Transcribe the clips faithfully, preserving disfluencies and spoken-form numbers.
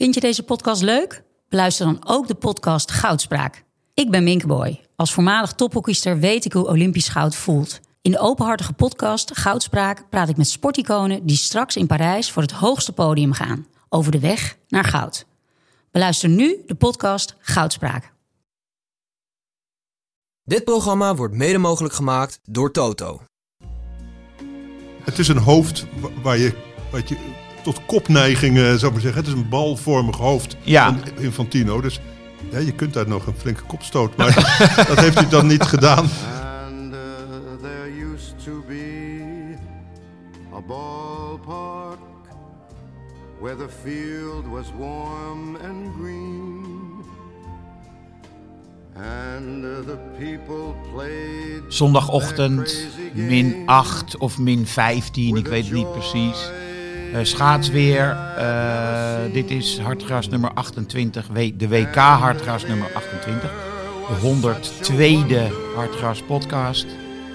Vind je deze podcast leuk? Beluister dan ook de podcast Goudspraak. Ik ben Minke Boy. Als voormalig tophockeyster weet ik hoe Olympisch goud voelt. In de openhartige podcast Goudspraak praat ik met sporticonen die straks in Parijs voor het hoogste podium gaan. Over de weg naar goud. Beluister nu de podcast Goudspraak. Dit programma wordt mede mogelijk gemaakt door Toto. Het is een hoofd waar je, wat je tot kopneigingen zou maar zeggen. Het is een balvormig hoofd ja. van Infantino. Dus ja, je kunt daar nog een flinke kopstoot. Maar dat heeft hij dan niet gedaan. And uh, there used to be a ballpark where the field was warm and green. And uh, the people played. Zondagochtend min acht of min vijftien, ik weet het niet precies. Uh, schaatsweer, uh, dit is Hartgras nummer achtentwintig, de W K Hartgras nummer achtentwintig. De honderdtweede Hartgras podcast.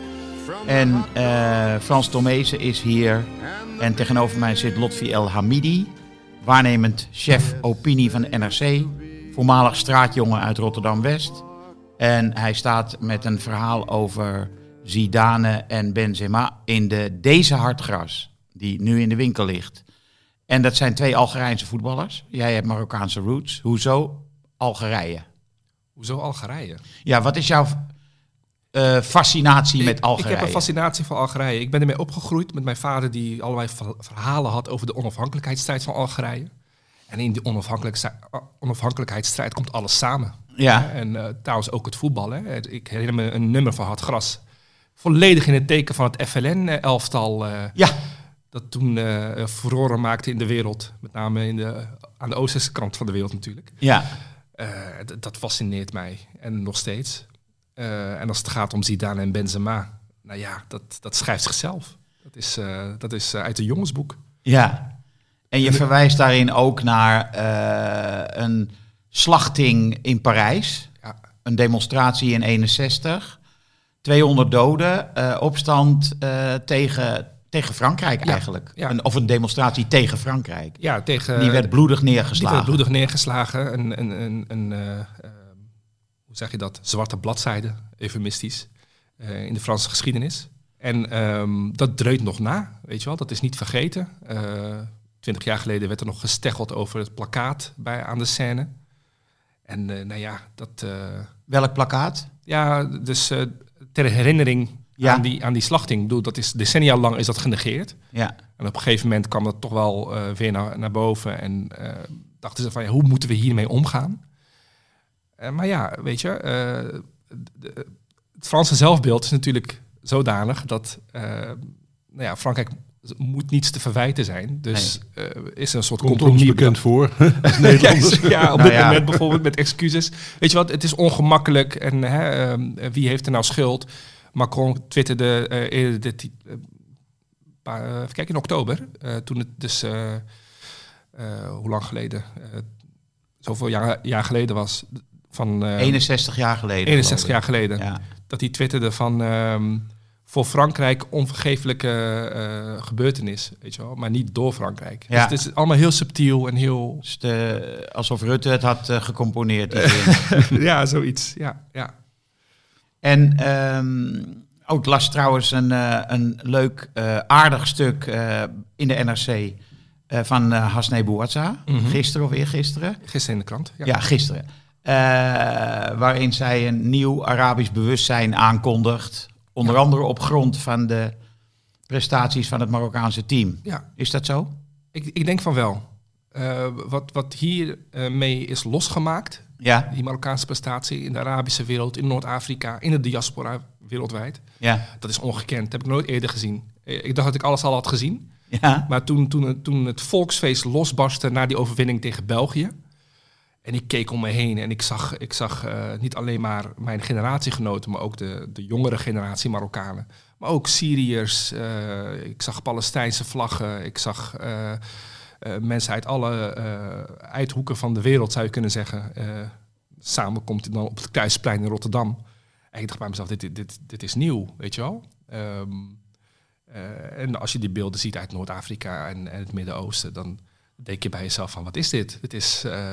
En uh, Frans Tomezen is hier. En tegenover mij zit Lotfi El Hamidi, waarnemend chef opinie van de N R C. Voormalig straatjongen uit Rotterdam-West. En hij staat met een verhaal over Zidane en Benzema in de Deze Hartgras, die nu in de winkel ligt. En dat zijn twee Algerijnse voetballers. Jij hebt Marokkaanse roots. Hoezo Algerije? Hoezo Algerije? Ja, wat is jouw uh, fascinatie ik, met Algerije? Ik heb een fascinatie voor Algerije. Ik ben ermee opgegroeid met mijn vader die allerlei verhalen had over de onafhankelijkheidsstrijd van Algerije. En in die onafhankelijkheidsstrijd komt alles samen. Ja. En uh, trouwens ook het voetbal. Hè. Ik herinner me een nummer van Hartgras. Volledig in het teken van het F L N-elftal. Uh, ja. Dat toen uh, furoren maakte in de wereld. Met name in de, aan de Oosterse kant van de wereld natuurlijk. Ja. Uh, d- dat fascineert mij. En nog steeds. Uh, en als het gaat om Zidane en Benzema. Nou ja, dat, dat schrijft zichzelf. Dat is, uh, dat is uh, uit een jongensboek. Ja. En je verwijst daarin ook naar uh, een slachting in Parijs. Ja. Een demonstratie in eenenzestig. tweehonderd doden. Uh, opstand uh, tegen, tegen Frankrijk ja. eigenlijk. Ja. Een, of een demonstratie tegen Frankrijk. Ja, tegen... Die werd bloedig neergeslagen. Die werd bloedig neergeslagen. Een, een, een, een uh, uh, hoe zeg je dat? Zwarte bladzijde, eufemistisch. Uh, in de Franse geschiedenis. En um, dat dreunt nog na, weet je wel. Dat is niet vergeten. Uh, Twintig jaar geleden werd er nog gesteggeld over het plakkaat bij, aan de Seine. En uh, nou ja, dat... Uh, Welk plakkaat? Ja, dus uh, ter herinnering ja. aan, die, aan die slachting. Ik bedoel, dat is decennia lang is dat genegeerd. Ja. En op een gegeven moment kwam dat toch wel uh, weer naar, naar boven. En uh, dachten ze van, ja, hoe moeten we hiermee omgaan? Uh, maar ja, weet je... Uh, de, het Franse zelfbeeld is natuurlijk zodanig dat... Uh, nou ja, Frankrijk... moet niets te verwijten zijn. Dus nee. uh, is er een soort Komt compromis. ons bekend voor, als Nederlanders. ja, ja, op nou dit ja. moment bijvoorbeeld met excuses. Weet je wat, het is ongemakkelijk. En hè, uh, wie heeft er nou schuld? Macron twitterde uh, eerder dit... Uh, paar, uh, kijk, in oktober. Uh, toen het dus... Uh, uh, hoe lang geleden? Uh, zoveel jaar, jaar geleden was. Van, uh, eenenzestig jaar geleden. eenenzestig jaar geleden. Ja. Dat hij twitterde van... Um, voor Frankrijk onvergeeflijke uh, gebeurtenis, weet je wel, maar niet door Frankrijk. Ja. Dus het is allemaal heel subtiel en heel... Dus de, alsof Rutte het had uh, gecomponeerd. ja, zoiets, ja. ja. En um, ook las trouwens een, uh, een leuk, uh, aardig stuk uh, in de N R C uh, van uh, Hasnay Bouazza. Mm-hmm. Gisteren of eergisteren. Gisteren in de krant. Ja, ja gisteren. Uh, waarin zij een nieuw Arabisch bewustzijn aankondigt. Onder ja. andere op grond van de prestaties van het Marokkaanse team. Ja. Is dat zo? Ik, ik denk van wel. Uh, wat, wat hier uh, mee is losgemaakt, ja. die Marokkaanse prestatie in de Arabische wereld, in Noord-Afrika, in de diaspora wereldwijd, ja. dat is ongekend. Dat heb ik nooit eerder gezien. Ik dacht dat ik alles al had gezien. Ja. Maar toen, toen, toen het volksfeest losbarstte na die overwinning tegen België, en ik keek om me heen en ik zag, ik zag uh, niet alleen maar mijn generatiegenoten, maar ook de, de jongere generatie Marokkanen. Maar ook Syriërs, uh, ik zag Palestijnse vlaggen, ik zag uh, uh, mensen uit alle uh, uithoeken van de wereld, zou je kunnen zeggen. Uh, samen komt het dan op het Kruisplein in Rotterdam. En ik dacht bij mezelf, dit, dit, dit is nieuw, weet je wel. Um, uh, en als je die beelden ziet uit Noord-Afrika en, en het Midden-Oosten, dan... denk je bij jezelf van, wat is dit? Dit is, uh,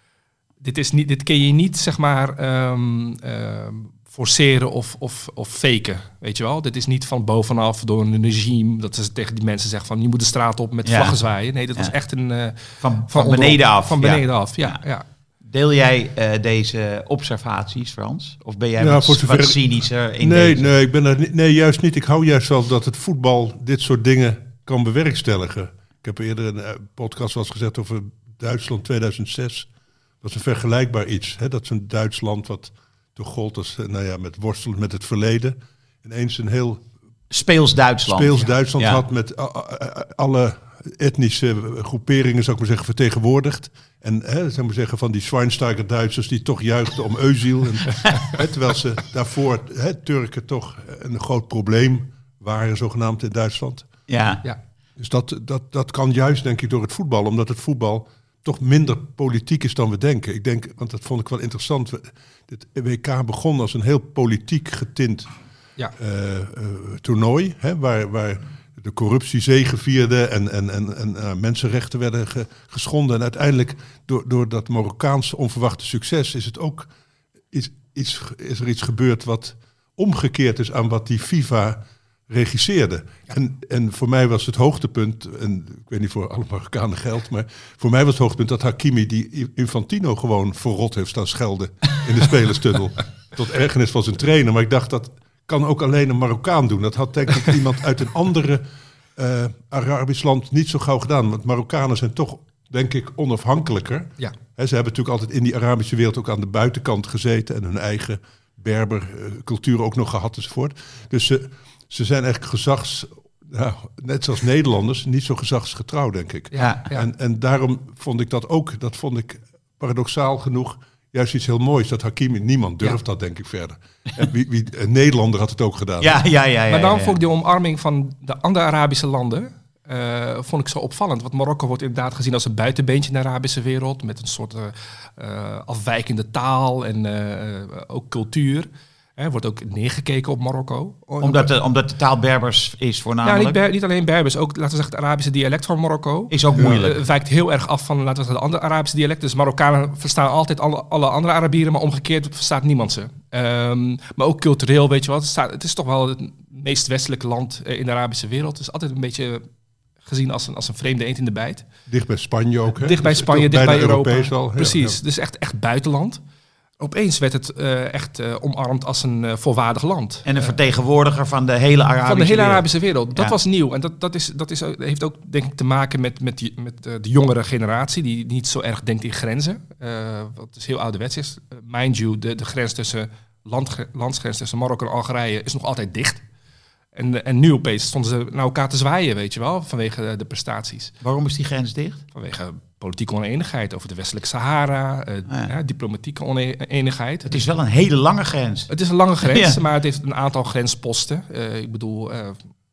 dit is niet, dit kun je niet, zeg maar, um, um, forceren of, of, of faken, weet je wel? Dit is niet van bovenaf door een regime, dat ze tegen die mensen zeggen van, je moet de straat op met ja. vlaggen zwaaien. Nee, dat ja. was echt een... Uh, van, van, van beneden af. Van beneden ja. af, ja. ja. ja. Deel jij uh, deze observaties, Frans? Of ben jij ja, wat, zover... wat cynischer in nee, deze? Nee, ik ben er niet, nee, juist niet. Ik hou juist wel dat het voetbal dit soort dingen kan bewerkstelligen. Ik heb eerder een uh, podcast was gezegd over Duitsland tweeduizend zes. Dat is een vergelijkbaar iets. Hè? Dat is een Duitsland wat toch gold als, uh, nou ja, met worstelen met het verleden. Ineens een heel... Speels Duitsland. Speels Duitsland ja. had met uh, uh, alle etnische groeperingen, zou ik maar zeggen, vertegenwoordigd. En hè, zou maar zeggen, van die Schweinsteiger Duitsers die toch juichten om Özil. En, hè, terwijl ze daarvoor, hè, Turken toch een groot probleem waren, zogenaamd in Duitsland. Ja. ja. Dus dat, dat, dat kan juist, denk ik, door het voetbal. Omdat het voetbal toch minder politiek is dan we denken. Ik denk, want dat vond ik wel interessant. Dit W K begon als een heel politiek getint ja. uh, uh, toernooi. Hè, waar... waar de corruptie zegevierde en, en, en, en uh, mensenrechten werden ge, geschonden. En uiteindelijk, door, door dat Marokkaanse onverwachte succes, is het ook iets, iets, is er iets gebeurd wat omgekeerd is aan wat die FIFA regisseerde. Ja. En, en voor mij was het hoogtepunt, en ik weet niet voor alle Marokkanen geldt, maar voor mij was het hoogtepunt dat Hakimi die Infantino gewoon verrot heeft staan schelden in de spelerstunnel. Tot ergernis van zijn trainer. Maar ik dacht, dat kan ook alleen een Marokkaan doen. Dat had denk ik iemand uit een andere uh, Arabisch land niet zo gauw gedaan. Want Marokkanen zijn toch, denk ik, onafhankelijker. Ja. He, ze hebben natuurlijk altijd in die Arabische wereld ook aan de buitenkant gezeten en hun eigen Berber-cultuur ook nog gehad enzovoort. Dus ze, ze zijn eigenlijk gezags, nou, net zoals Nederlanders, niet zo gezagsgetrouw, denk ik. Ja, ja. En, en daarom vond ik dat ook, dat vond ik paradoxaal genoeg, juist iets heel moois. Dat Hakimi, niemand durft ja. dat, denk ik, verder. En wie, wie, een Nederlander had het ook gedaan. Ja, ja, ja, ja, maar dan ja, ja. vond ik de omarming van de andere Arabische landen uh, vond ik zo opvallend. Want Marokko wordt inderdaad gezien als een buitenbeentje in de Arabische wereld. Met een soort uh, uh, afwijkende taal en uh, ook cultuur. Er wordt ook neergekeken op Marokko. Omdat de, omdat de taal Berbers is voornamelijk? Ja, niet, ber, niet alleen Berbers. Ook, laten we zeggen, het Arabische dialect van Marokko. Is ook moeilijk. Uh, wijkt heel erg af van, laten we zeggen, de andere Arabische dialecten. Dus Marokkanen verstaan altijd alle, alle andere Arabieren, maar omgekeerd verstaat niemand ze. Um, maar ook cultureel, weet je wat. Het, staat, het is toch wel het meest westelijke land in de Arabische wereld. Het is altijd een beetje gezien als een, als een vreemde eend in de bijt. Dicht bij Spanje ook, hè? Dicht bij Spanje, dicht bij Europa. Europees al. Precies, ja. dus echt, echt buitenland. Opeens werd het uh, echt uh, omarmd als een uh, volwaardig land. En een vertegenwoordiger van de hele Arabische wereld. Van de hele wereld. Arabische wereld. Dat ja. was nieuw. En dat, dat, is, dat is, heeft ook, denk ik, te maken met, met, die, met uh, de jongere generatie... die niet zo erg denkt in grenzen. Uh, wat dus heel ouderwets is. Uh, mind you, de, de grens tussen, land, landsgrens tussen Marokko en Algerije... is nog altijd dicht. En, en nu opeens stonden ze naar elkaar te zwaaien, weet je wel... vanwege de, de prestaties. Waarom is die grens dicht? Vanwege politieke oneenigheid over de westelijke Sahara, uh, ah, ja. Ja, diplomatieke oneenigheid. Het is wel een hele lange grens. Het is een lange grens, ja. maar het heeft een aantal grensposten. Uh, ik bedoel, uh,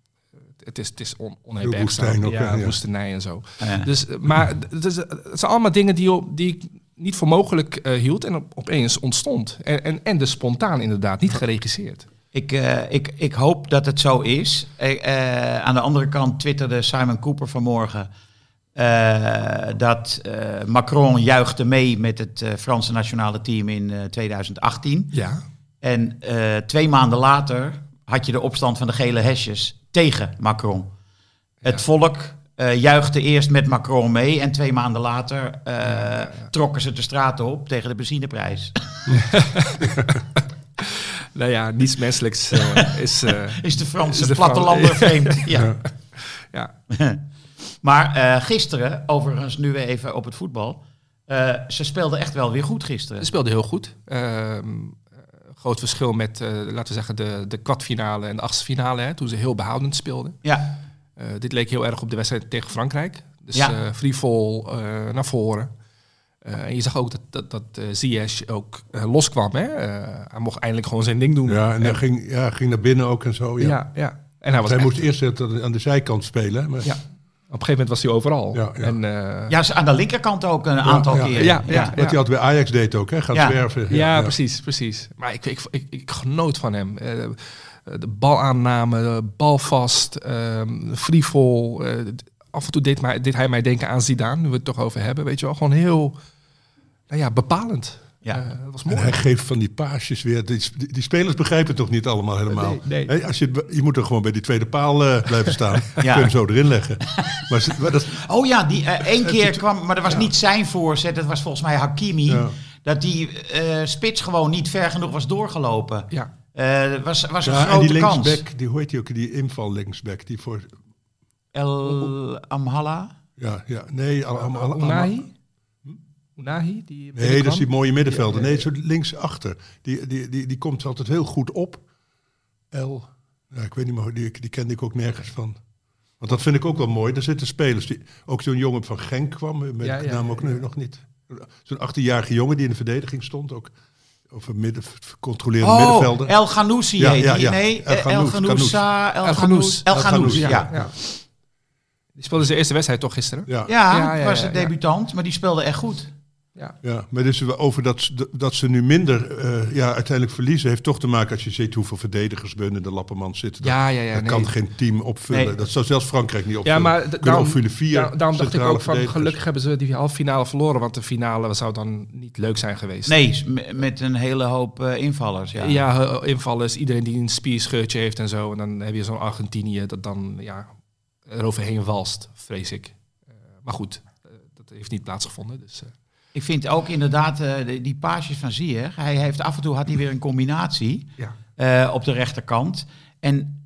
het is, het is on, onherbergzaam. Ja, ja, ja. woestenij en zo. Ah, ja. Dus, maar het, is, het zijn allemaal dingen die, die ik niet voor mogelijk uh, hield en op, opeens ontstond. En, en, en dus spontaan inderdaad, niet geregisseerd. Ik, uh, ik, ik hoop dat het zo is. Uh, uh, aan de andere kant twitterde Simon Cooper vanmorgen... Uh, dat uh, Macron juichte mee met het uh, Franse nationale team in uh, tweeduizend achttien. Ja. En uh, twee maanden later had je de opstand van de gele hesjes tegen Macron. Ja. Het volk uh, juichte eerst met Macron mee en twee maanden later uh, ja, ja, ja. trokken ze de straten op tegen de benzineprijs. Nou ja, niets menselijks uh, is... Uh, is de Franse is de plattelander Fran- vreemd. Ja. ja. Maar uh, gisteren, overigens nu weer even op het voetbal... Uh, ze speelden echt wel weer goed gisteren. Ze speelden heel goed. Uh, groot verschil met, uh, laten we zeggen, de, de kwartfinale en de achtste finale... Hè, toen ze heel behoudend speelden. Ja. Uh, dit leek heel erg op de wedstrijd tegen Frankrijk. Dus ja. uh, frivol uh, naar voren. Uh, en je zag ook dat, dat, dat uh, Ziyech ook uh, loskwam. Hè? Uh, hij mocht eindelijk gewoon zijn ding doen. Ja, en hij en, ging, ja, ging naar binnen ook en zo. Ja, ja. ja. En hij was hij echt... moest eerst aan de zijkant spelen. Maar... Ja. Op een gegeven moment was hij overal. Ja, ja. En, uh... ja, aan de linkerkant ook een aantal ja, ja. keer. Ja, ja, ja, ja. Wat hij altijd bij Ajax deed ook, hè? Gaan ja. zwerven. Ja, ja, ja, precies, precies. Maar ik, ik, ik, ik genoot van hem. Uh, de balaanname, balvast, uh, frivol. Uh, af en toe deed, mij, deed hij mij denken aan Zidane, nu we het toch over hebben. Weet je wel, gewoon heel nou ja, bepalend. Ja. Uh, dat was mooi. En hij geeft van die paasjes weer. Die, die, die spelers begrijpen het toch niet allemaal helemaal. Nee, nee. Hey, als je, je moet er gewoon bij die tweede paal uh, blijven staan. Ja. Kun je hem zo erin leggen. Maar, maar dat, Oh ja, die uh, één keer het- kwam, maar dat was ja. niet zijn voorzet. Dat was volgens mij Hakimi. Ja. Dat die uh, spits gewoon niet ver genoeg was doorgelopen. Ja. Uh, was was een ja, en grote die kans. linksback, die, hoe heet die ook? Die inval linksback. Die voor, El Amhalla. ja, ja, nee. Al, al, al, al- Unahi? Unahi? Die Nee, dat is die mooie middenvelder. Ja, ja, Nee, zo linksachter. Die, die, die, die komt altijd heel goed op. El, ja, ik weet niet meer, die, die kende ik ook nergens van. Want dat vind ik ook wel mooi. Er zitten spelers. Die, ook zo'n jongen van Genk kwam, met Ja, de ja, naam ja, ook ja. nu nog niet. Zo'n achttienjarige jongen die in de verdediging stond. Ook over midden, controlerende Oh, middenvelder. El Ghanouzi Ja, heet ja, die. ja. Nee, El El Ghanous, Ghanousa. El El Ghanous. Ghanous. El El Ghanous, Ghanous, ja. Ja. Die speelde zijn eerste wedstrijd toch gisteren? Ja. Ja, Ja, ja, was ja, een ja. debutant, maar die speelde echt goed. Ja. Ja, maar dus we- over dat, dat ze nu minder uh, ja, uiteindelijk verliezen, heeft toch te maken als je ziet hoeveel verdedigers binnen de Lappermans zitten. Dat, Ja, ja, ja, dat nee. kan geen team opvullen. Nee. Dat zou zelfs Frankrijk niet Ja, opvullen. maar d- Kunnen daarom, opvullen vier daar- daarom dacht ik centrale ook van verdedigers. gelukkig hebben ze die halve finale verloren, want de finale zou dan niet leuk zijn geweest. Nee, m- met een hele hoop uh, invallers. Ja. Ja, ja invallers, iedereen die een spierscheurtje heeft en zo. En dan heb je zo'n Argentinië dat dan ja, eroverheen walst, vrees ik. Uh, maar goed, uh, dat heeft niet plaatsgevonden. Dus, uh. Ik vind ook inderdaad uh, die, die paasjes van Ziyech. Hij heeft af en toe had hij weer een combinatie ja. uh, op de rechterkant. En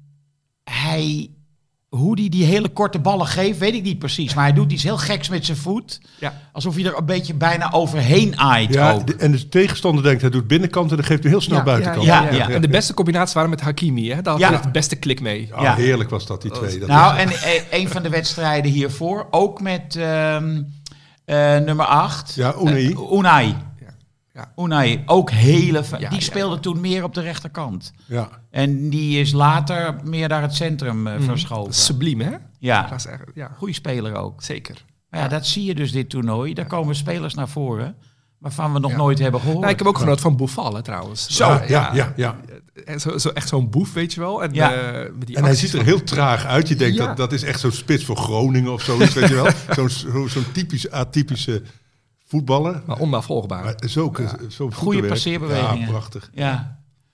hij, hoe hij die hele korte ballen geeft, weet ik niet precies. Maar hij doet iets heel geks met zijn voet. Ja. Alsof hij er een beetje bijna overheen aait Ja, ook. de- en de tegenstander denkt, hij doet binnenkant en dan geeft hij heel snel Ja, buitenkant. Ja, Ja, ja, ja. En de beste combinaties waren met Hakimi. Hè? Daar had Ja. hij echt de beste klik mee. Ah, Ja. Heerlijk was dat, die twee. Dat Nou, was- en e- een van de wedstrijden hiervoor, ook met um, uh, nummer acht. Ja, Unai. Uh, Unai. Ja. Ja. Unai, ook hele... fa- Ja, die ja, speelde ja. toen meer op de rechterkant. ja. En die is later meer naar het centrum uh, verschoven. Subliem, hè? Ja, Dat is echt, ja, goede speler ook. zeker. Maar ja, dat zie je dus dit toernooi. Daar komen spelers naar voren waarvan we nog Ja. nooit hebben gehoord. Nou, ik heb ook genoten van Buffal, hè, trouwens. Zo. Ja, ja, ja, ja. En Zo, zo, echt zo'n boef, weet je wel. En, Ja. uh, met die En hij acties ziet er van- heel traag uit. Je denkt, Ja. dat, dat is echt zo'n spits voor Groningen of zoiets, weet je wel. Zo'n zo, zo'n typisch atypische voetballer. Maar onnavolgbaar. Maar zo, zo Goede passeerbewegingen. Ja, prachtig. Ja.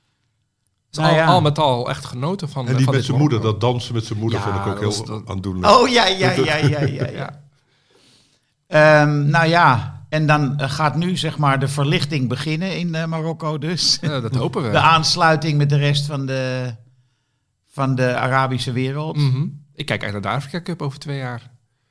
Dus Nou al, ja. al met al echt genoten van En die van met dit zijn moeder, Marokko. dat dansen met zijn moeder, Ja, vond ik ook dat was- heel dat- aandoenlijk. Oh ja, ja, ja, ja, ja. ja. Ehm, nou ja, en dan uh, gaat nu zeg maar de verlichting beginnen in uh, Marokko dus. Ja, dat hopen we. De aansluiting met de rest van de, van de Arabische wereld. Mhm. Ik kijk eigenlijk naar de Afrika Cup over twee jaar.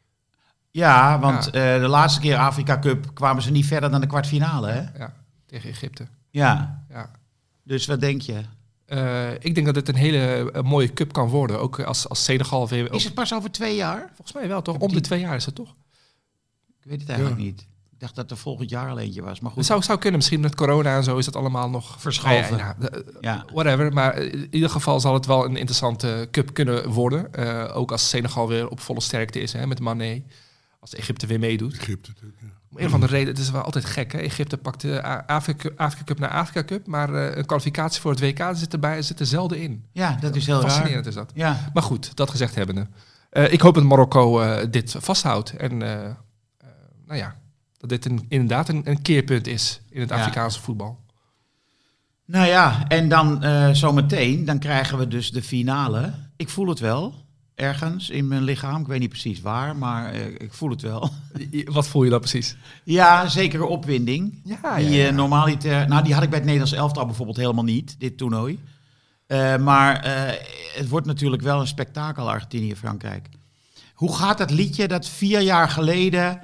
Ja, want Ja. Uh, de laatste keer Afrika Cup kwamen ze niet verder dan de kwartfinale, hè? Ja, tegen Egypte. Ja, Ja. dus wat denk je? Uh, ik denk dat het een hele uh, mooie cup kan worden. Ook als, als Senegal weer... Is het pas over twee jaar? Volgens mij wel, toch? Om de twee jaar is het toch? Ik weet het eigenlijk niet. Ik dacht dat er volgend jaar al eentje was, maar goed. Het zou, zou kunnen. Misschien met corona en zo is dat allemaal nog... Verschoven. Ja, ja, de- Ja. Whatever. Maar in ieder geval zal het wel een interessante cup kunnen worden. Uh, ook als Senegal weer op volle sterkte is, hè, met Mané. Als Egypte weer meedoet. Egypte natuurlijk, ja. Om een of andere reden, het is wel altijd gek. Hè? Egypte pakt de Afrika, Afrika Cup naar Afrika Cup. Maar uh, een kwalificatie voor het W K zit, erbij, zit er zelden in. Ja, dat is heel Fascinerend raar. is dat. Ja. Maar goed, dat gezegd hebbende. Uh, ik hoop dat Marokko uh, dit vasthoudt. En uh, uh, nou ja, dat dit een, inderdaad een, een keerpunt is in het Ja. Afrikaanse voetbal. Nou ja, en dan uh, zometeen, dan krijgen we dus de finale. Ik voel het wel, ergens in mijn lichaam. Ik weet niet precies waar, maar uh, ik voel het wel. Wat voel je dan precies? Ja, zekere opwinding. Ja, Die ja, ja. uh, normaaliter, nou die had ik bij het Nederlands elftal bijvoorbeeld helemaal niet, dit toernooi. Uh, maar uh, het wordt natuurlijk wel een spektakel, Argentinië-Frankrijk. Hoe gaat dat liedje dat vier jaar geleden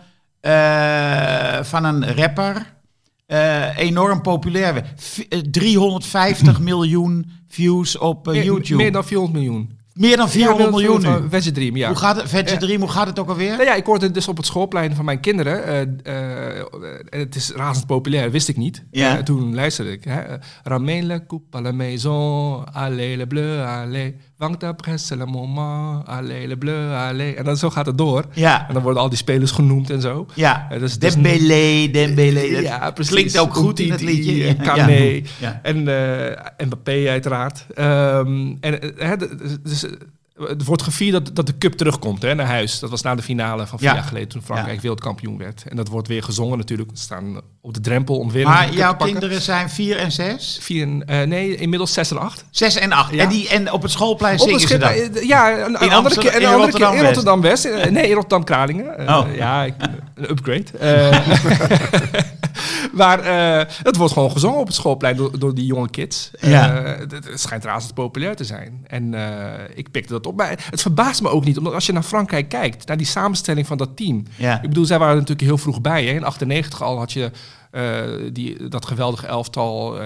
uh, van een rapper uh, enorm populair werd? V- uh, driehonderdvijftig miljoen views op uh, Meer, YouTube. meer dan vierhonderd miljoen. Meer dan vierhonderd miljoen nu. Veggie Dream, ja. Hoe gaat het, Vetje Ja. Dream, hoe gaat het ook alweer? Nou ja, ik hoorde het dus op het schoolplein van mijn kinderen. Uh, uh, en het is razend populair, wist ik niet. Ja. Uh, toen luisterde ik. Hè. Ramène le coupe à la maison, allez le bleu, allez. Want après c'est le moment, allez le bleu, allez. En dan zo gaat het door. Ja, En dan worden al die spelers genoemd en zo. ja. Uh, dus het is Dembélé, Dembélé. Dat Ja, precies. klinkt ook goed in het Umtiti, liedje. Kane. Ja. En uh, Mbappé uiteraard. Um, en, uh, hè, d- dus, Er wordt gevierd dat, dat de cup terugkomt hè, naar huis. Dat was na de finale van vier Ja. jaar geleden toen Frankrijk Ja. wereldkampioen werd. En dat wordt weer gezongen natuurlijk. Ze staan op de drempel om weer een Maar cup jouw te pakken. kinderen zijn vier en zes? Vier, uh, nee, inmiddels zes en acht. Zes en acht. Ja. En, die, en op het schoolplein Op zingen een ze schip, dan? uh, ja, een, een In andere Amsterdam- keer, een in andere keer in Rotterdam-West? Rotterdam-West. Uh, nee, in Rotterdam-Kralingen. Uh, Oh. Ja, ik, een upgrade. Uh, maar uh, het wordt gewoon gezongen op het schoolplein door, door die jonge kids. Ja. Uh, het, het schijnt razend populair te zijn. En uh, ik pikte dat op. Maar het verbaast me ook niet, omdat als je naar Frankrijk kijkt, naar die samenstelling van dat team. Ja. Ik bedoel, zij waren er natuurlijk heel vroeg bij. Hè. In achtennegentig al had je uh, die, dat geweldige elftal. Uh,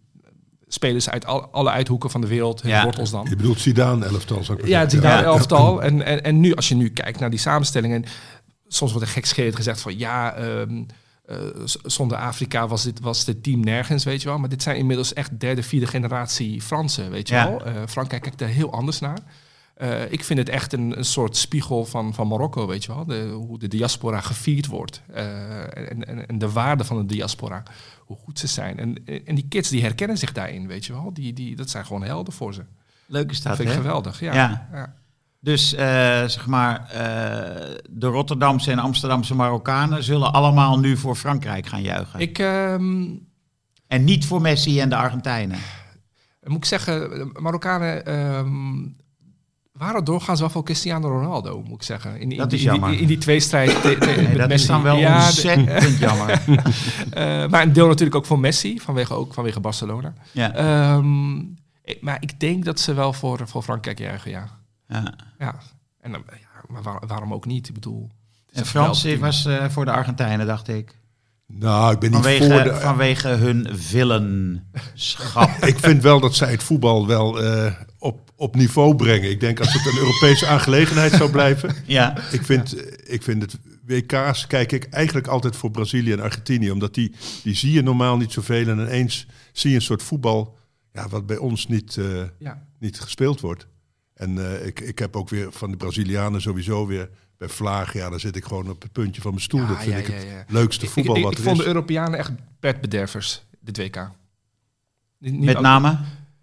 spelers uit al, alle uithoeken van de wereld, hun Ja. wortels dan. Je bedoelt Zidane-elftal, zou ik maar Ja, het zeggen. Zidane-elftal. En, en, en nu, als je nu kijkt naar die samenstellingen, soms wordt er gekscherend gezegd van ja, um, uh, zonder Afrika was dit, was dit team nergens, weet je wel. Maar dit zijn inmiddels echt derde, vierde generatie Fransen, weet je Ja. wel. Uh, Frankrijk kijkt daar heel anders naar. Uh, ik vind het echt een, een soort spiegel van, van Marokko, weet je wel. De, hoe de diaspora gevierd wordt. Uh, en, en, en de waarde van de diaspora. Hoe goed ze zijn. En, en die kids die herkennen zich daarin, weet je wel. Die, die, dat zijn gewoon helden voor ze. Leuk is dat, Dat vind hè? ik geweldig, ja. Ja. ja. Dus uh, zeg maar, uh, de Rotterdamse en Amsterdamse Marokkanen zullen allemaal nu voor Frankrijk gaan juichen. Ik, um, en niet voor Messi en de Argentijnen. moet ik zeggen, Marokkanen um, waren doorgaans wel voor Cristiano Ronaldo, moet ik zeggen. In, in, Dat is in, in, jammer. in, in die tweestrijd te, te, Nee, met dat Messi. is dan wel Ja, ontzettend jammer. uh, maar een deel natuurlijk ook voor Messi, vanwege, ook vanwege Barcelona. Ja. Um, ik, maar ik denk dat ze wel voor, voor Frankrijk juichen, ja. Ja. Ja, en, ja maar waar, waarom ook niet? Ik bedoel... En Frans was uh, voor de Argentijnen, dacht ik. Nou, ik ben niet vanwege, voor de... Vanwege hun villenschap. Ik vind wel dat zij het voetbal wel uh, op, op niveau brengen. Ik denk als het een Europese aangelegenheid zou blijven. Ja. Ik vind, ja. ik vind het W K's kijk ik eigenlijk altijd voor Brazilië en Argentinië. Omdat die, die zie je normaal niet zoveel. En ineens zie je een soort voetbal ja, wat bij ons niet, uh, ja. niet gespeeld wordt. En uh, ik, ik heb ook weer van de Brazilianen sowieso weer... Bij Vlaag, ja, daar zit ik gewoon op het puntje van mijn stoel. Ja, dat vind ja, ik het ja, ja. leukste voetbal ik, ik, wat ik er is. Ik vond is. de Europeanen echt bedbedervers, dit W K. Niet, niet met ook, name?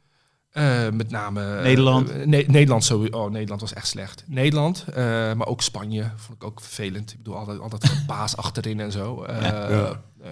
Uh, met name... Nederland? Uh, ne- Nederland, sowieso. Oh, Nederland was echt slecht. Nederland, uh, maar ook Spanje vond ik ook vervelend. Ik bedoel, altijd, altijd gepaas achterin en zo. Uh, ja. uh, uh,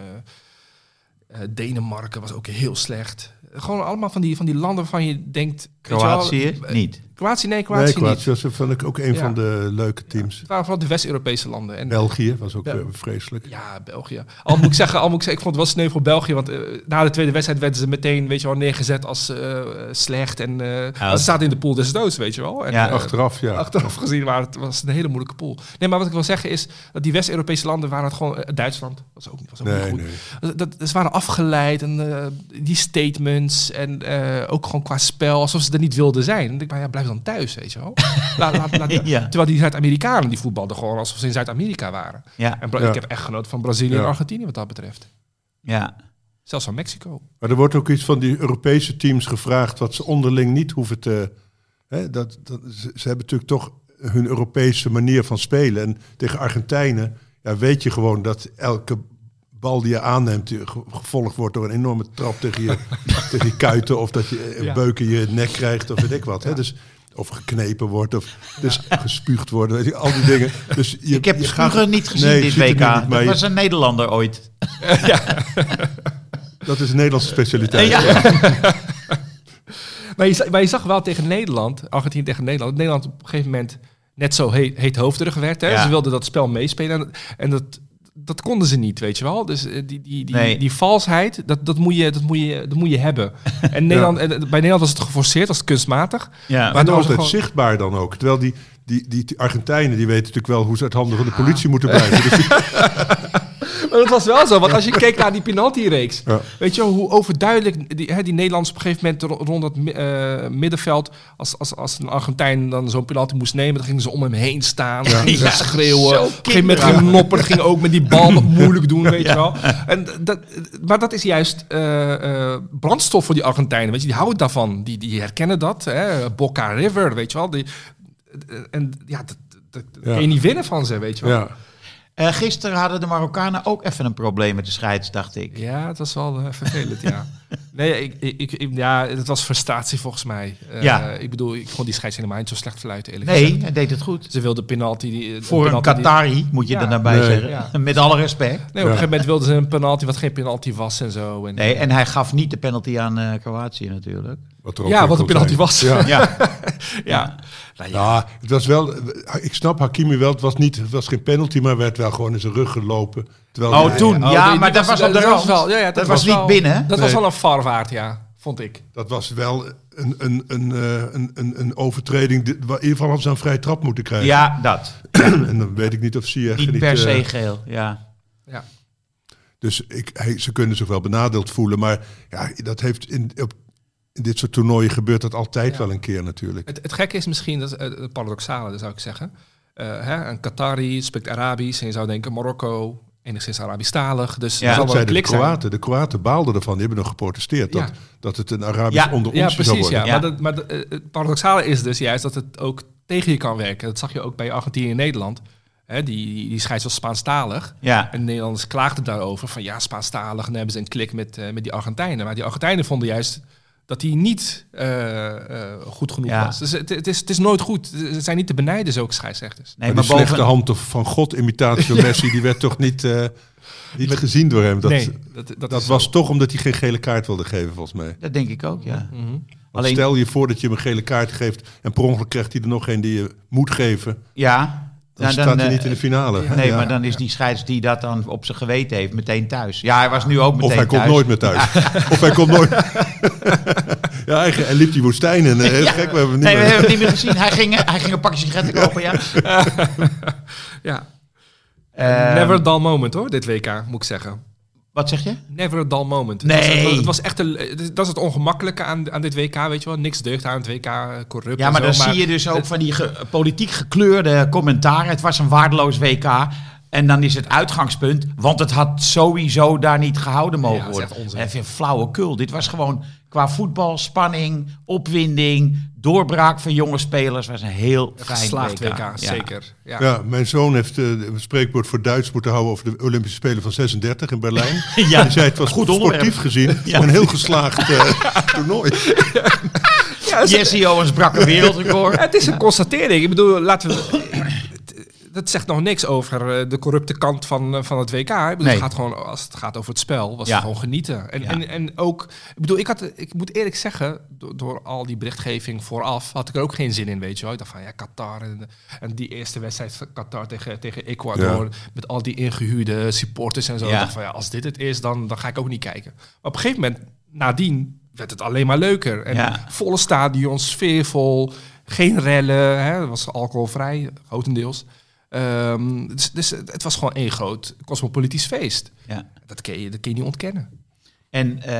uh, Denemarken was ook heel slecht. Gewoon allemaal van die, van die landen waarvan je denkt... Kroatië wel, niet. Kroatië, nee, Kroatië, nee, Kroatië niet. Dat vond ik ook een ja. van de leuke teams. Ja, het waren vooral de West-Europese landen. En België was ook Bel- vreselijk. Ja, België. Al moet ik zeggen, al moet ik zeggen, ik vond het wel sneu voor België. Want uh, na de tweede wedstrijd werden ze meteen, weet je wel, neergezet als uh, slecht. En uh, ja, ze zaten in de pool des doods, weet je wel. En, ja, uh, achteraf, ja. Achteraf gezien waren het, was het een hele moeilijke pool. Nee, maar wat ik wil zeggen is, dat die West-Europese landen waren het gewoon... Uh, Duitsland was ook, was ook nee, niet goed. Nee. Dat, dat, ze waren afgeleid en uh, die statements en uh, ook gewoon qua spel, alsof ze er niet wilden zijn. Dan denk ik, maar ja, blijf dan thuis, weet je wel. laat, laat, laat, ja. Terwijl die Zuid-Amerikanen, die voetbalden gewoon alsof ze in Zuid-Amerika waren. Ja. En Bra- ja. ik heb echt genoten van Brazilië ja. en Argentinië wat dat betreft. Ja. Zelfs van Mexico. Maar er wordt ook iets van die Europese teams gevraagd wat ze onderling niet hoeven te... Hè, dat, dat, ze, ze hebben natuurlijk toch hun Europese manier van spelen. En tegen Argentijnen ja, weet je gewoon dat elke bal die je aanneemt gevolgd wordt door een enorme trap tegen je, tegen je kuiten. Of dat je een ja. beuk in je nek krijgt of weet ik wat. Ja. Hè? Dus, of geknepen wordt of dus ja. gespuugd worden. Weet je, al die dingen. Dus je, ik heb je spugen gaat... niet gezien nee, dit W K. Niet, dat je... was een Nederlander ooit. Ja. Dat is een Nederlandse specialiteit. Ja. Ja. maar, je, maar je zag wel tegen Nederland, Argentinië tegen Nederland, dat Nederland op een gegeven moment net zo heet, heethoofdig werd. Hè? Ja. Ze wilden dat spel meespelen en, en dat, dat konden ze niet, weet je wel. Dus die, die, die, nee. die valsheid, dat, dat, moet je, dat, moet je, dat moet je hebben. En Nederland, ja. bij Nederland was het geforceerd, was het kunstmatig. Ja. Maar altijd gewoon... zichtbaar dan ook. Terwijl die, die, die, die Argentijnen, die weten natuurlijk wel hoe ze uit handen van de politie ja. moeten blijven. Dus die... Maar dat was wel zo, want als je keek naar die penalty-reeks, ja. weet je wel, hoe overduidelijk die, hè, die Nederlanders op een gegeven moment rond dat uh, middenveld, als, als, als een Argentijn dan zo'n penalty moest nemen, dan gingen ze om hem heen staan, ja. gingen ze ja. schreeuwen. Op een gegeven moment ging Nopper ging ook met die bal wat moeilijk doen, weet ja. je wel. En dat, maar dat is juist uh, uh, brandstof voor die Argentijnen, weet je, die houden daarvan, die, die herkennen dat, hè? Boca River, weet je wel. Die, en ja, dat, dat, dat ja. kun je niet winnen van ze, weet je wel. Ja. Uh, gisteren hadden de Marokkanen ook even een probleem met de scheids, dacht ik. Ja, het was wel uh, vervelend, ja. Nee, ik, ik, ik, ja, het was frustratie volgens mij. Uh, Ja. Ik bedoel, ik vond die scheids helemaal niet zo slecht fluiten, eerlijk Nee, gezegd. hij deed het goed. Ze wilden penalty... Die, Voor een penalty Qatari, die, moet je Ja. er daarbij Nee. zeggen. Ja. Met alle respect. Nee, op een gegeven moment wilden ze een penalty wat geen penalty was en zo. En, Nee, en hij gaf niet de penalty aan uh, Kroatië natuurlijk. Wat er ook ja, weer wat een kon penalty zijn. was. Ja. Ja, ja. Nou, ja. Ja, het was wel. Ik snap Hakimi wel. Het was niet. Het was geen penalty, maar werd wel gewoon in zijn rug gelopen. Terwijl Oh, die- toen. Oh, ja, die- maar die dat was op de dat rand. wel, ja, ja, dat, dat was was niet wel- binnen, hè? Dat Nee. was wel een V A R-waard, ja, vond ik. Dat was wel een, een, een, eh, een, een, een overtreding. die- waar in ieder geval hadden ze een vrije trap moeten krijgen. Ja, dat. En dan weet ik niet of Ziyech Niet niet. per se eh, geel, ja. Ja. Dus ik, hij, ze kunnen zich wel benadeeld voelen. Maar ja, dat heeft in, op, in dit soort toernooien gebeurt dat altijd Ja. wel een keer natuurlijk. Het, het gekke is misschien, dat is het paradoxale, zou ik zeggen. Uh, hè, een Qatari spreekt Arabisch en je zou denken Marokko, enigszins Arabisch-talig. Dus Ja. er zal Dat wel een zeiden de klik zijn. Kroaten. De Kroaten baalden ervan. Die hebben nog geprotesteerd. Dat, Ja. dat het een Arabisch Ja. onder Ja, ons zou precies. worden. Ja. Ja. Maar, dat, maar dat, uh, het paradoxale is dus juist dat het ook tegen je kan werken. Dat zag je ook bij Argentinië en Nederland. Hè, die, die, die scheids was Spaanstalig. Ja, En de Nederlanders klaagden daarover van ja, Spaanstalig. En dan hebben ze een klik met, uh, met die Argentijnen. Maar die Argentijnen vonden juist dat hij niet uh, uh, goed genoeg Ja. was. Dus het, het, is, het is nooit goed. Ze zijn niet te benijden, zulke scheidsrechters. nee, maar maar die slechte boven... hand of van God imitatie van Messi, die werd toch niet, uh, niet gezien door hem. Dat, nee, dat, dat, dat is was zo. toch omdat hij geen gele kaart wilde geven, volgens mij. Dat denk ik ook, ja. Mhm. Want Alleen- stel je voor dat je hem een gele kaart geeft en per ongeluk krijgt hij er nog een die je moet geven. Ja. Dan Nou, staat hij eh, niet in de finale. Nee, Ja. maar dan is die scheids die dat dan op zijn geweten heeft meteen thuis. Ja, hij was nu ook meteen Of hij thuis. komt nooit meer thuis. Of hij komt nooit. ja, hij, hij liep die woestijn en uh, heel Ja. gek. We hebben hem niet Nee, we meer. hebben het niet meer gezien. Hij ging, hij ging een pakje sigaretten kopen, ja. Ja. Uh, Never a dull moment hoor, dit W K, moet ik zeggen. Wat zeg je? Never a dull moment. Nee. Het was, het was echt een, dat is het ongemakkelijke aan, aan dit W K, weet je wel. Niks deugt aan het W K, corrupt Ja, en maar zo, dan zie je dus ook het- van die ge- politiek gekleurde commentaren. Het was een waardeloos W K. En dan is het uitgangspunt, want het had sowieso daar niet gehouden mogen Ja, dat is worden. echt onzin. Even flauwekul. Dit was gewoon qua voetbal, spanning, opwinding, doorbraak van jonge spelers. Was een heel fijn geslaagd W K. W K, Ja. zeker. Ja. Ja, mijn zoon heeft uh, een spreekwoord voor Duits moeten houden over de Olympische Spelen van zesendertig in Berlijn. Ja. Hij zei het was Goed goed sportief onderwerp. gezien. Ja. Een heel geslaagd uh, toernooi. Jesse Owens brak een wereldrecord. Het is een constatering. Ik bedoel, laten we... Dat zegt nog niks over uh, de corrupte kant van, uh, van het W K. Ik bedoel, Nee. het gaat gewoon, als het gaat over het spel, was Ja. het gewoon genieten. En, Ja. en, en ook, ik bedoel, ik, had, ik moet eerlijk zeggen, door, door al die berichtgeving vooraf, had ik er ook geen zin in, weet je wel. Ik dacht van, ja, Qatar en, en die eerste wedstrijd van Qatar tegen, tegen Ecuador, Ja. met al die ingehuurde supporters en zo. Ja. Ik dacht van, ja, als dit het is, dan, dan ga ik ook niet kijken. Maar op een gegeven moment, nadien, werd het alleen maar leuker. En Ja. volle stadions, sfeervol, geen rellen, hè, het was alcoholvrij, grotendeels. Um, dus, dus het was gewoon één groot cosmopolitisch feest. Ja. Dat kun je, dat kun je niet ontkennen. En uh,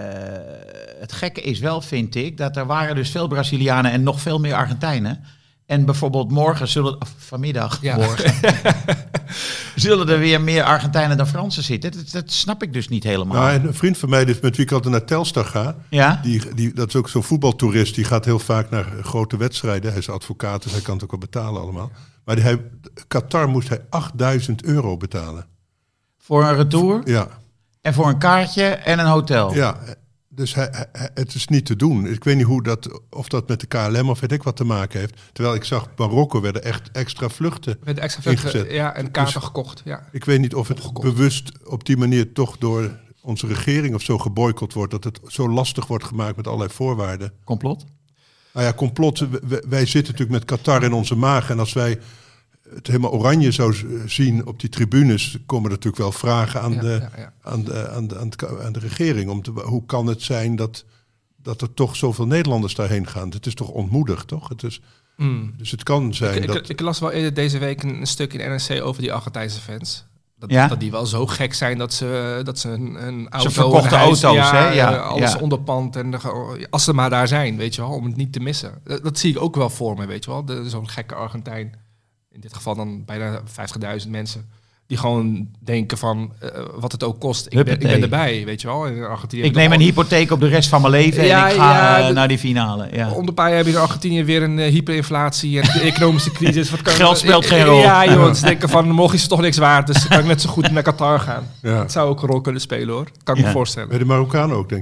het gekke is wel, vind ik, dat er waren dus veel Brazilianen en nog veel meer Argentijnen. En bijvoorbeeld morgen zullen, of vanmiddag, Ja. morgen, zullen er weer meer Argentijnen dan Fransen zitten. Dat, dat snap ik dus niet helemaal. Nou, en een vriend van mij, dus met wie ik altijd naar Telstar ga, Ja? die, die, dat is ook zo'n voetbaltoerist, die gaat heel vaak naar grote wedstrijden. Hij is advocaat, dus hij kan het ook wel betalen allemaal. Maar die, hij, Qatar moest hij achtduizend euro betalen. Voor een retour Ja, en voor een kaartje en een hotel. ja. Dus hij, hij- het is niet te doen. Ik weet niet hoe dat, of dat met de K L M of weet ik wat te maken heeft. Terwijl ik zag, Marokko werden echt extra vluchten. Met de extra vluchten, Ingezet. ja, en kaarten Dus- gekocht. Ja. Ik weet niet of het Opgekocht. bewust op die manier toch door onze regering of zo geboycott wordt. Dat het zo lastig wordt gemaakt met allerlei voorwaarden. Complot? Nou ja, complot. w- w- Wij zitten natuurlijk met Qatar in onze maag. En als wij het helemaal oranje zou z- zien op die tribunes, komen er natuurlijk wel vragen aan, Ja, de, ja, ja. Aan, de, aan, de, aan, de, aan de regering. Om te, hoe kan het zijn dat, dat er toch zoveel Nederlanders daarheen gaan? Het is toch ontmoedigd, toch? Het is, Mm. dus het kan zijn Ik, ik, dat... ik las wel eerder deze week een, een stuk in N R C over die Argentijnse fans. Dat, Ja? dat die wel zo gek zijn dat ze, dat ze een, een auto... verkochten een huis, auto's, ja, hè? Ja, eh, alles ja. onderpand. En de, als ze maar daar zijn, weet je wel, om het niet te missen. Dat, dat zie ik ook wel voor me, weet je wel. De- Zo'n gekke Argentijn, in dit geval dan bijna vijftigduizend mensen, die gewoon denken van, uh, wat het ook kost, ik ben, ik Huppatee. ben erbij, weet je wel. In Argentinië Ik neem een hypotheek op de rest van mijn leven Ja, en ik ga ja, uh, de- naar die finale. Ja. Om de paar jaar heb je in Argentinië weer een uh, hyperinflatie en de economische crisis. Wat kan, Geld speelt geen rol. Ja, jongens, denken van, morgen is het toch niks waard, dus kan ik net zo goed naar Qatar gaan. Ja. Het zou ook een rol kunnen spelen, hoor. Kan ik Ja. me voorstellen. Bij de Marokkanen ook, denk je?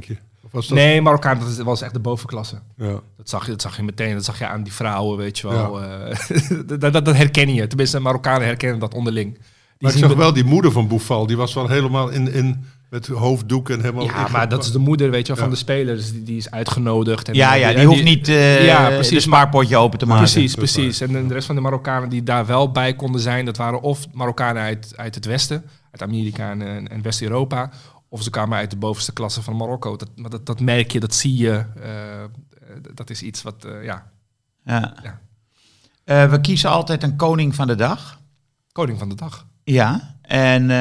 Of was dat... Nee, Marokkaan, dat was echt de bovenklasse. Ja. Dat zag je, dat zag je meteen. Dat zag je aan die vrouwen, weet je wel. Ja. Uh, dat, dat, dat herken je. Tenminste, Marokkanen herkennen dat onderling. Die maar ik zag wel die moeder van Boufal. Die was wel helemaal in... in met hoofddoek en helemaal... Ja, maar dat is de moeder, weet je wel, ja. van de spelers. Die, die is uitgenodigd. En ja, ja, die, die hoeft niet uh, ja, precies, de spaarpotje open te maken. Precies, precies. En de rest van de Marokkanen die daar wel bij konden zijn... dat waren of Marokkanen uit, uit het Westen... uit Amerika en, en West-Europa... of ze kwamen uit de bovenste klasse van Marokko. Dat, dat, dat merk je, dat zie je. Uh, dat is iets wat, uh, ja... ja. ja. Uh, we kiezen altijd een koning van de dag. Koning van de dag. Ja, en uh,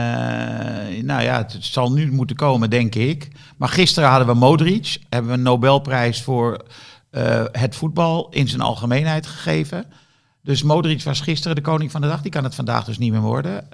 nou ja, het zal nu moeten komen, denk ik. Maar gisteren hadden we Modric, hebben we een Nobelprijs voor uh, het voetbal in zijn algemeenheid gegeven. Dus Modric was gisteren de koning van de dag, die kan het vandaag dus niet meer worden.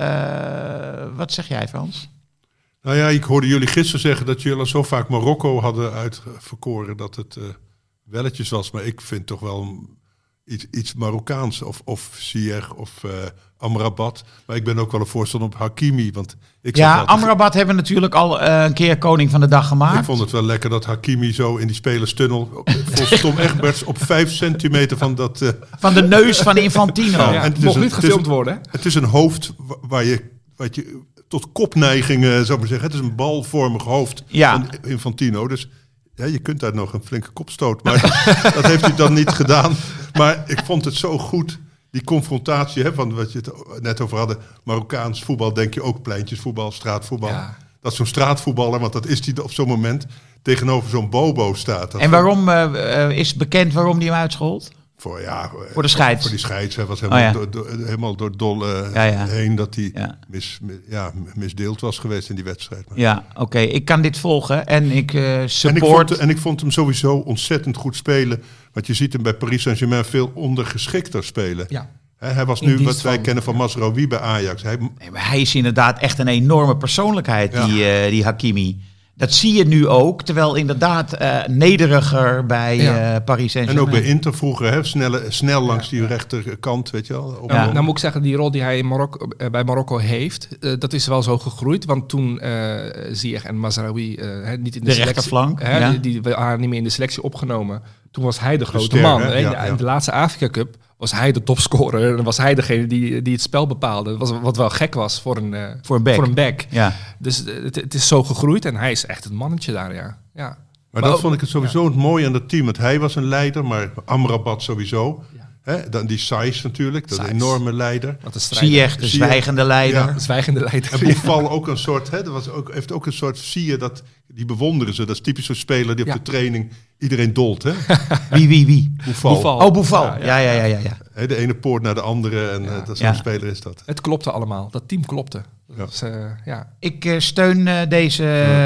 Uh, wat zeg jij, Frans? Nou ja, ik hoorde jullie gisteren zeggen dat jullie al zo vaak Marokko hadden uitverkoren dat het uh, welletjes was. Maar ik vind toch wel iets, iets Marokkaans of, of Ziyech of uh, Amrabat. Maar ik ben ook wel een voorstander op Hakimi. Want ik ja, Amrabat hebben we natuurlijk al uh, een keer koning van de dag gemaakt. Ik vond het wel lekker dat Hakimi zo in die spelerstunnel... volgens Tom Egberts op vijf centimeter van dat... Uh, van de neus van Infantino. Ja, ja, het mocht niet gefilmd worden. Hè? Het is een hoofd waar je... Wat je tot kopneiging, uh, zou ik maar zeggen. Het is een balvormig hoofd ja. van Infantino. Dus ja, je kunt daar nog een flinke kopstoot. Maar dat heeft hij dan niet gedaan. Maar ik vond het zo goed... Die confrontatie, hè, van wat je het net over hadden, Marokkaans voetbal, denk je ook pleintjesvoetbal, straatvoetbal. Ja. Dat zo'n straatvoetballer, want dat is die op zo'n moment, tegenover zo'n bobo staat. En waarom uh, is bekend waarom die hem uitschold? Voor, ja, voor de scheids. Voor die scheids. Hij was helemaal, oh, ja. door, door, helemaal door dol uh, ja, ja. heen dat hij ja. mis, mis, ja, misdeeld was geweest in die wedstrijd. Maar. Ja, oké. Okay. Ik kan dit volgen en ik uh, support... En ik, vond, en ik vond hem sowieso ontzettend goed spelen. Want je ziet hem bij Paris Saint-Germain veel ondergeschikter spelen. Ja. Hij was nu wat wij van, kennen van Mazraoui bij Ajax. Hij... Nee, maar hij is inderdaad echt een enorme persoonlijkheid, ja. die, uh, die Hakimi. Dat zie je nu ook, terwijl inderdaad uh, nederiger bij ja. uh, Paris Saint-Germain. En ook bij Inter vroeger, hè, snel, snel langs ja. die rechterkant, weet je wel. Ja, nou, nou moet ik zeggen, die rol die hij in Marokko, uh, bij Marokko heeft, uh, dat is wel zo gegroeid. Want toen uh, Ziyech en Mazraoui uh, niet in de, de selectie... rechterflank. Hè, ja. die, die waren niet meer in de selectie opgenomen. Toen was hij de grote de ster, man. Hè? Ja, ja. In de laatste Afrika Cup was hij de topscorer. En was hij degene die, die het spel bepaalde. Was, wat wel gek was voor een, uh, voor een back. Voor een back. Ja. Dus uh, het, het is zo gegroeid. En hij is echt het mannetje daar, ja. ja. Maar, maar dat ook, vond ik het sowieso ja. het mooie aan dat team. Want hij was een leider, maar Amrabat sowieso. Ja. Hè? Dan die Saiss natuurlijk, dat Saiss. enorme leider. Ziyech, de zwijgende leider. Ja. De zwijgende leider. En Boufal ook een soort, hè, dat was ook, heeft ook een soort, zie je dat, die bewonderen ze. Dat is typisch zo'n speler die op ja. de training iedereen dolt, hè? Wie, wie, wie? Boufal. Boufal. Oh, Boufal. Ja, ja, ja. ja, ja, ja. He, de ene poort naar de andere en ja. uh, dat zo'n ja. speler is dat. Het klopte allemaal. Dat team klopte. Ja. Dus, uh, ja. Ik uh, steun uh, deze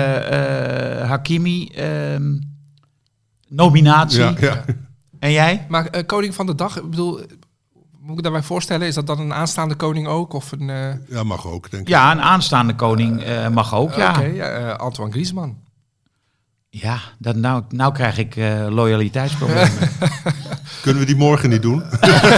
uh, Hakimi uh, nominatie. Ja, ja. En jij? Maar uh, koning van de dag, ik bedoel, moet ik daarbij voorstellen, is dat dan een aanstaande koning ook? Of een, uh... Ja, mag ook, denk ik. Ja, een aanstaande koning uh, mag ook, uh, ja. Oké, okay, ja, uh, Antoine Griezmann. Ja, dat nou, nou krijg ik uh, loyaliteitsproblemen. Kunnen we die morgen niet doen?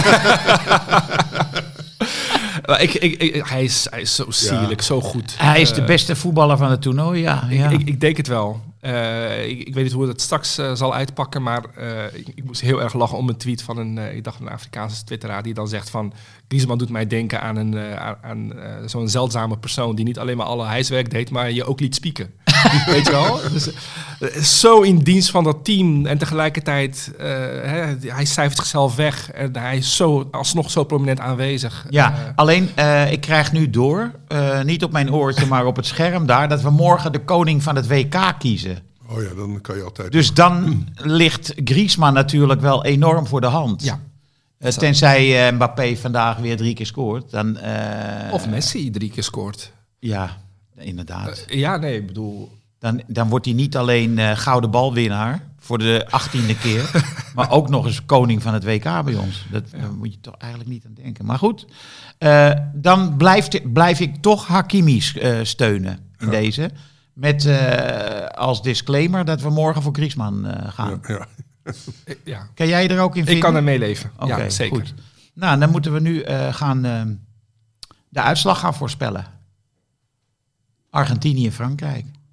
ik, ik, ik, hij, is, hij is zo sierlijk, ja. zo goed. Hij is de beste voetballer van het toernooi, ja. Ik, ja. ik, ik denk het wel. Uh, ik, ik weet niet hoe het straks uh, zal uitpakken, maar uh, ik, ik moest heel erg lachen om een tweet van een, uh, ik dacht een Afrikaanse twitteraar die dan zegt van Griezmann doet mij denken aan, een, uh, aan, aan uh, zo'n zeldzame persoon die niet alleen maar alle huiswerk deed, maar je ook liet spieken. Weet je wel? Dus, uh, zo in dienst van dat team en tegelijkertijd, uh, hè, hij cijfert zichzelf weg en hij is zo, alsnog zo prominent aanwezig. Ja, uh, alleen uh, ik krijg nu door, uh, niet op mijn oortje, maar op het scherm daar, dat we morgen de koning van het W K kiezen. Oh ja, dan kan je altijd... Dus dan ligt Griezmann natuurlijk wel enorm voor de hand. Ja. Uh, tenzij uh, Mbappé vandaag weer drie keer scoort. Dan, uh, of Messi drie keer scoort. Ja, inderdaad. Uh, ja, nee, ik bedoel... Dan, dan wordt hij niet alleen uh, gouden balwinnaar voor de achttiende keer, maar ook nog eens koning van het W K bij ons. Dat, ja. Daar moet je toch eigenlijk niet aan denken. Maar goed, uh, dan blijft, blijf ik toch Hakimi uh, steunen in ja. deze... Met uh, als disclaimer dat we morgen voor Griezmann uh, gaan. Ja, ja. ja. Kan jij er ook in vinden? Ik kan er meeleven. Oké, ja, zeker. Goed. Nou, dan moeten we nu uh, gaan uh, de uitslag gaan voorspellen. Argentinië, Frankrijk.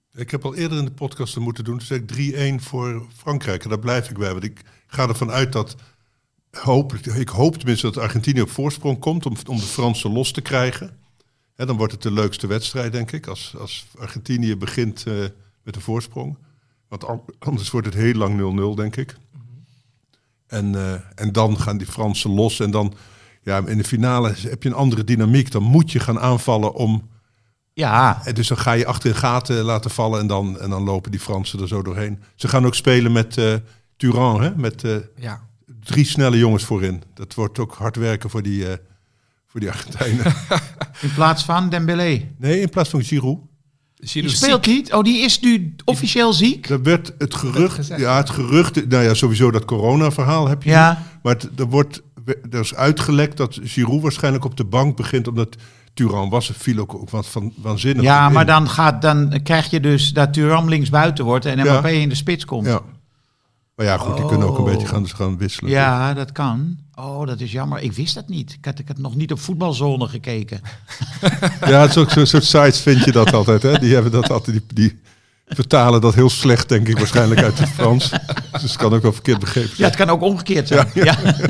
Ik heb al eerder in de podcast er moeten doen. Toen zei ik drie-een voor Frankrijk. En daar blijf ik bij. Want ik ga ervan uit dat... Hoop, ik hoop tenminste dat Argentinië op voorsprong komt... om, om de Fransen los te krijgen. En dan wordt het de leukste wedstrijd, denk ik. Als, als Argentinië begint uh, met een voorsprong. Want anders wordt het heel lang nul nul, denk ik. Mm-hmm. En, uh, en dan gaan die Fransen los. En dan, ja, in de finale heb je een andere dynamiek. Dan moet je gaan aanvallen om... Ja. En dus dan ga je achter de gaten laten vallen... en dan, en dan lopen die Fransen er zo doorheen. Ze gaan ook spelen met uh, Thuram, hè? Met uh, ja. drie snelle jongens voorin. Dat wordt ook hard werken voor die, uh, voor die Argentijnen. In plaats van Dembélé? Nee, in plaats van Giroud. Die speelt niet? Oh, die is nu officieel ziek? Er werd het gerucht, ja, het gerucht, nou ja, sowieso dat corona-verhaal heb je. Ja. Nu, maar het, er wordt, er is uitgelekt dat Giroud waarschijnlijk op de bank begint, omdat Thuram was, viel ook, ook wat van waanzinnig. Ja, maar dan, gaat, dan krijg je dus dat Thuram links buiten wordt en Mbappé ja. in de spits komt. Ja. Maar ja, goed, die oh. kunnen ook een beetje gaan, gaan wisselen. Ja, toch? Dat kan. Oh, dat is jammer. Ik wist dat niet. Ik had, ik had nog niet op voetbalzone gekeken. Ja, het is ook zo'n soort sites vind je dat altijd. Hè? Die hebben dat altijd, die, die vertalen dat heel slecht, denk ik, waarschijnlijk uit het Frans. Dus het kan ook wel verkeerd begrepen zijn. Ja, het kan ook omgekeerd zijn. Ja, ja. ja.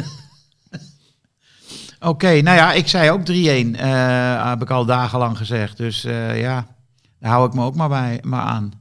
Oké, okay, nou ja, ik zei ook drie-een. Uh, heb ik al dagenlang gezegd. Dus uh, ja, daar hou ik me ook maar, bij, maar aan.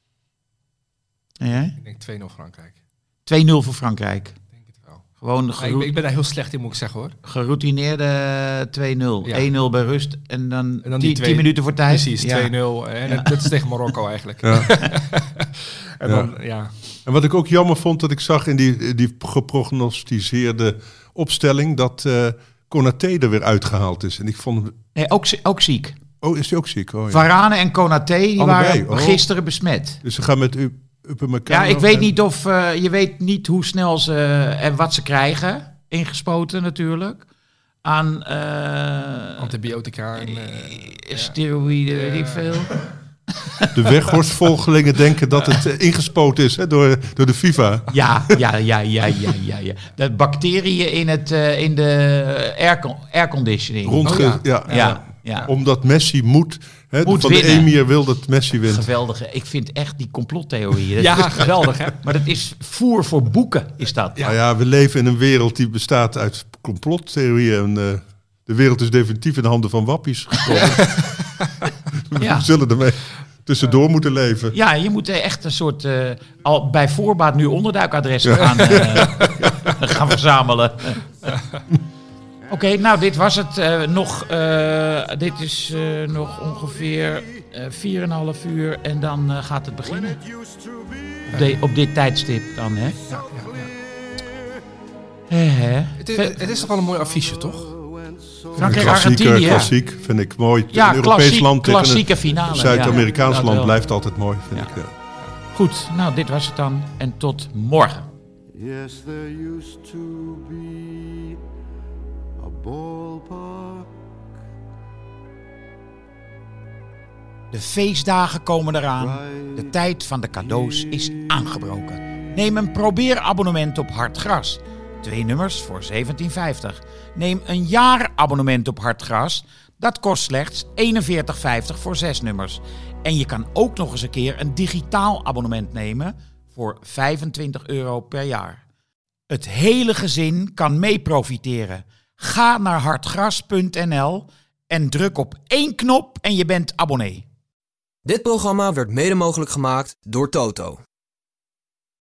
Ja? Ik denk twee nul Frankrijk. twee nul voor Frankrijk. Ik denk het wel. Gewoon geroe- ik, ik ben daar heel slecht in, moet ik zeggen, hoor. Geroutineerde twee nul. Ja. één nul bij rust en dan, en dan tien, tien minuten voor tijd. Precies, ja. twee nul. En ja. dat is tegen Marokko eigenlijk. Ja. en, dan, ja. Ja. En wat ik ook jammer vond, dat ik zag in die, die geprognosticeerde opstelling... dat uh, Konaté er weer uitgehaald is. En ik vond... Nee, ook, ook ziek. Oh, is hij ook ziek? Oh, ja. Varane en Konaté, die Allebei. waren oh. gisteren besmet. Dus ze gaan met u... Ja, ik weet niet of uh, je weet niet hoe snel ze uh, en wat ze krijgen, ingespoten natuurlijk, aan uh, antibiotica en uh, steroïden, ja. weet ik veel. De Weghorst-volgelingen denken dat het uh, ingespoten is hè, door, door de FIFA. Ja, ja, ja, ja, ja, ja, ja. De bacteriën in, het, uh, in de air, airconditioning. Rondge- oh, ja. Ja, Ja, ja. Ja. Omdat Messi moet. Hè, moet van winnen. de emir wil dat Messi wint. Geweldige. Ik vind echt die complottheorieën. Ja, geweldig hè. Maar dat is voer voor boeken, is dat. Ja. Nou ja, we leven in een wereld die bestaat uit complottheorieën. En uh, de wereld is definitief in de handen van wappies gekomen. We ja. zullen ermee tussendoor moeten leven. Ja, je moet echt een soort, uh, al bij voorbaat nu onderduikadressen ja. gaan, uh, gaan verzamelen. Oké, okay, nou dit was het uh, nog. Uh, dit is uh, nog ongeveer vier en een half uur en dan uh, gaat het beginnen. Op, de, op dit tijdstip dan, hè? Ja, ja, ja. He, he. Het, is, het is toch wel een mooi affiche, toch? Frankrijk, Argentinië. Klassiek, vind ik mooi. Ja, een Europees klassiek, land tegen klassieke een finale. Zuid-Amerikaans ja, land wel. blijft altijd mooi, vind ja. ik. Ja. Goed, nou dit was het dan en tot morgen. Yes, there used to be a ballpark. De feestdagen komen eraan. De tijd van de cadeaus is aangebroken. Neem een probeerabonnement op Hartgras. Twee nummers voor zeventien vijftig. Neem een jaarabonnement op Hartgras. Dat kost slechts eenenveertig vijftig voor zes nummers. En je kan ook nog eens een keer een digitaal abonnement nemen voor vijfentwintig euro per jaar. Het hele gezin kan mee profiteren. Ga naar hartgras punt n l en druk op één knop en je bent abonnee. Dit programma werd mede mogelijk gemaakt door Toto.